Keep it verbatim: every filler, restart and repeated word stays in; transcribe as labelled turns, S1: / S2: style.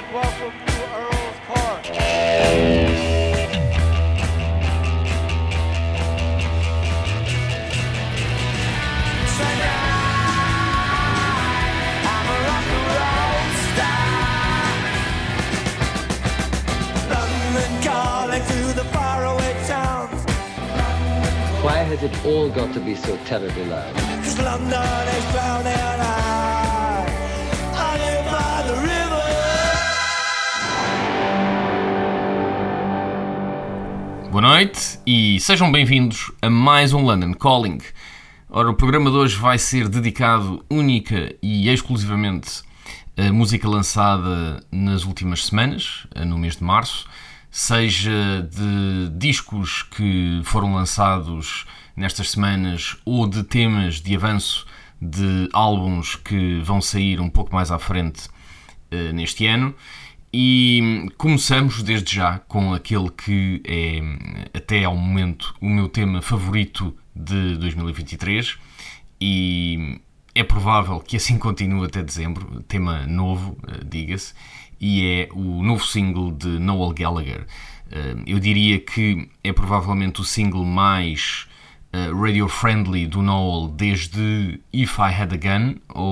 S1: Welcome to Earl's Park. I'm a rock and roll star. London calling to the faraway towns.
S2: Why has it all got to be so terribly loud?
S1: 'Cause London is drowning out. I live by the river.
S3: Boa noite e sejam bem-vindos a mais um London Calling. Ora, o programa de hoje vai ser dedicado única e exclusivamente a música lançada nas últimas semanas, no mês de março, seja de discos que foram lançados nestas semanas ou de temas de avanço de álbuns que vão sair um pouco mais à frente uh, neste ano. E começamos desde já com aquele que é, até ao momento, o meu tema favorito de dois mil e vinte e três e é provável que assim continue até dezembro, tema novo, diga-se, e é o novo single de Noel Gallagher. Eu diria que é provavelmente o single mais radio-friendly do Noel desde If I Had a Gun, ou